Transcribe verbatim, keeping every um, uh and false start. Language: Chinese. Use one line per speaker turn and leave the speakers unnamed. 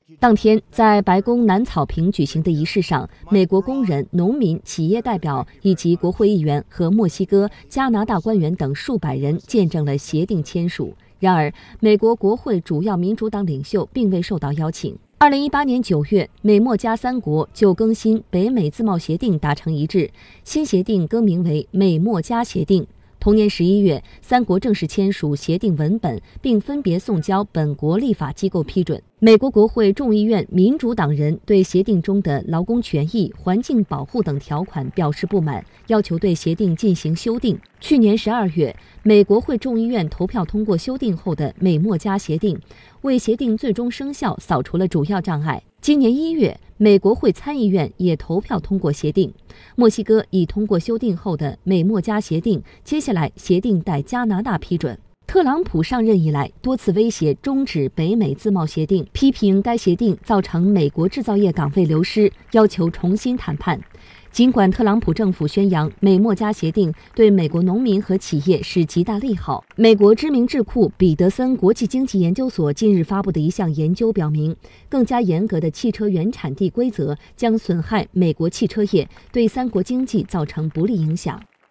当天，在白宫南草坪举行的仪式上，美国工人、农民、企业代表以及国会议员和墨西哥、加拿大官员等数百人见证了协定签署。然而，美国国会主要民主党领袖并未受到邀请。二零一八年九月，美墨加三国就更新北美自贸协定达成一致，新协定更名为美墨加协定。同年十一月，三国正式签署协定文本，并分别送交本国立法机构批准。美国国会众议院民主党人对协定中的劳工权益、环境保护等条款表示不满，要求对协定进行修订。去年十二月，美国会众议院投票通过修订后的美墨加协定，为协定最终生效扫除了主要障碍。今年一月，美国会参议院也投票通过协定。墨西哥已通过修订后的美墨加协定，接下来协定待加拿大批准。特朗普上任以来，多次威胁终止北美自贸协定，批评该协定造成美国制造业岗位流失，要求重新谈判。尽管特朗普政府宣扬美墨加协定对美国农民和企业是极大利好，美国知名智库彼得森国际经济研究所近日发布的一项研究表明，更加严格的汽车原产地规则将损害美国汽车业，对三国经济造成不利影响。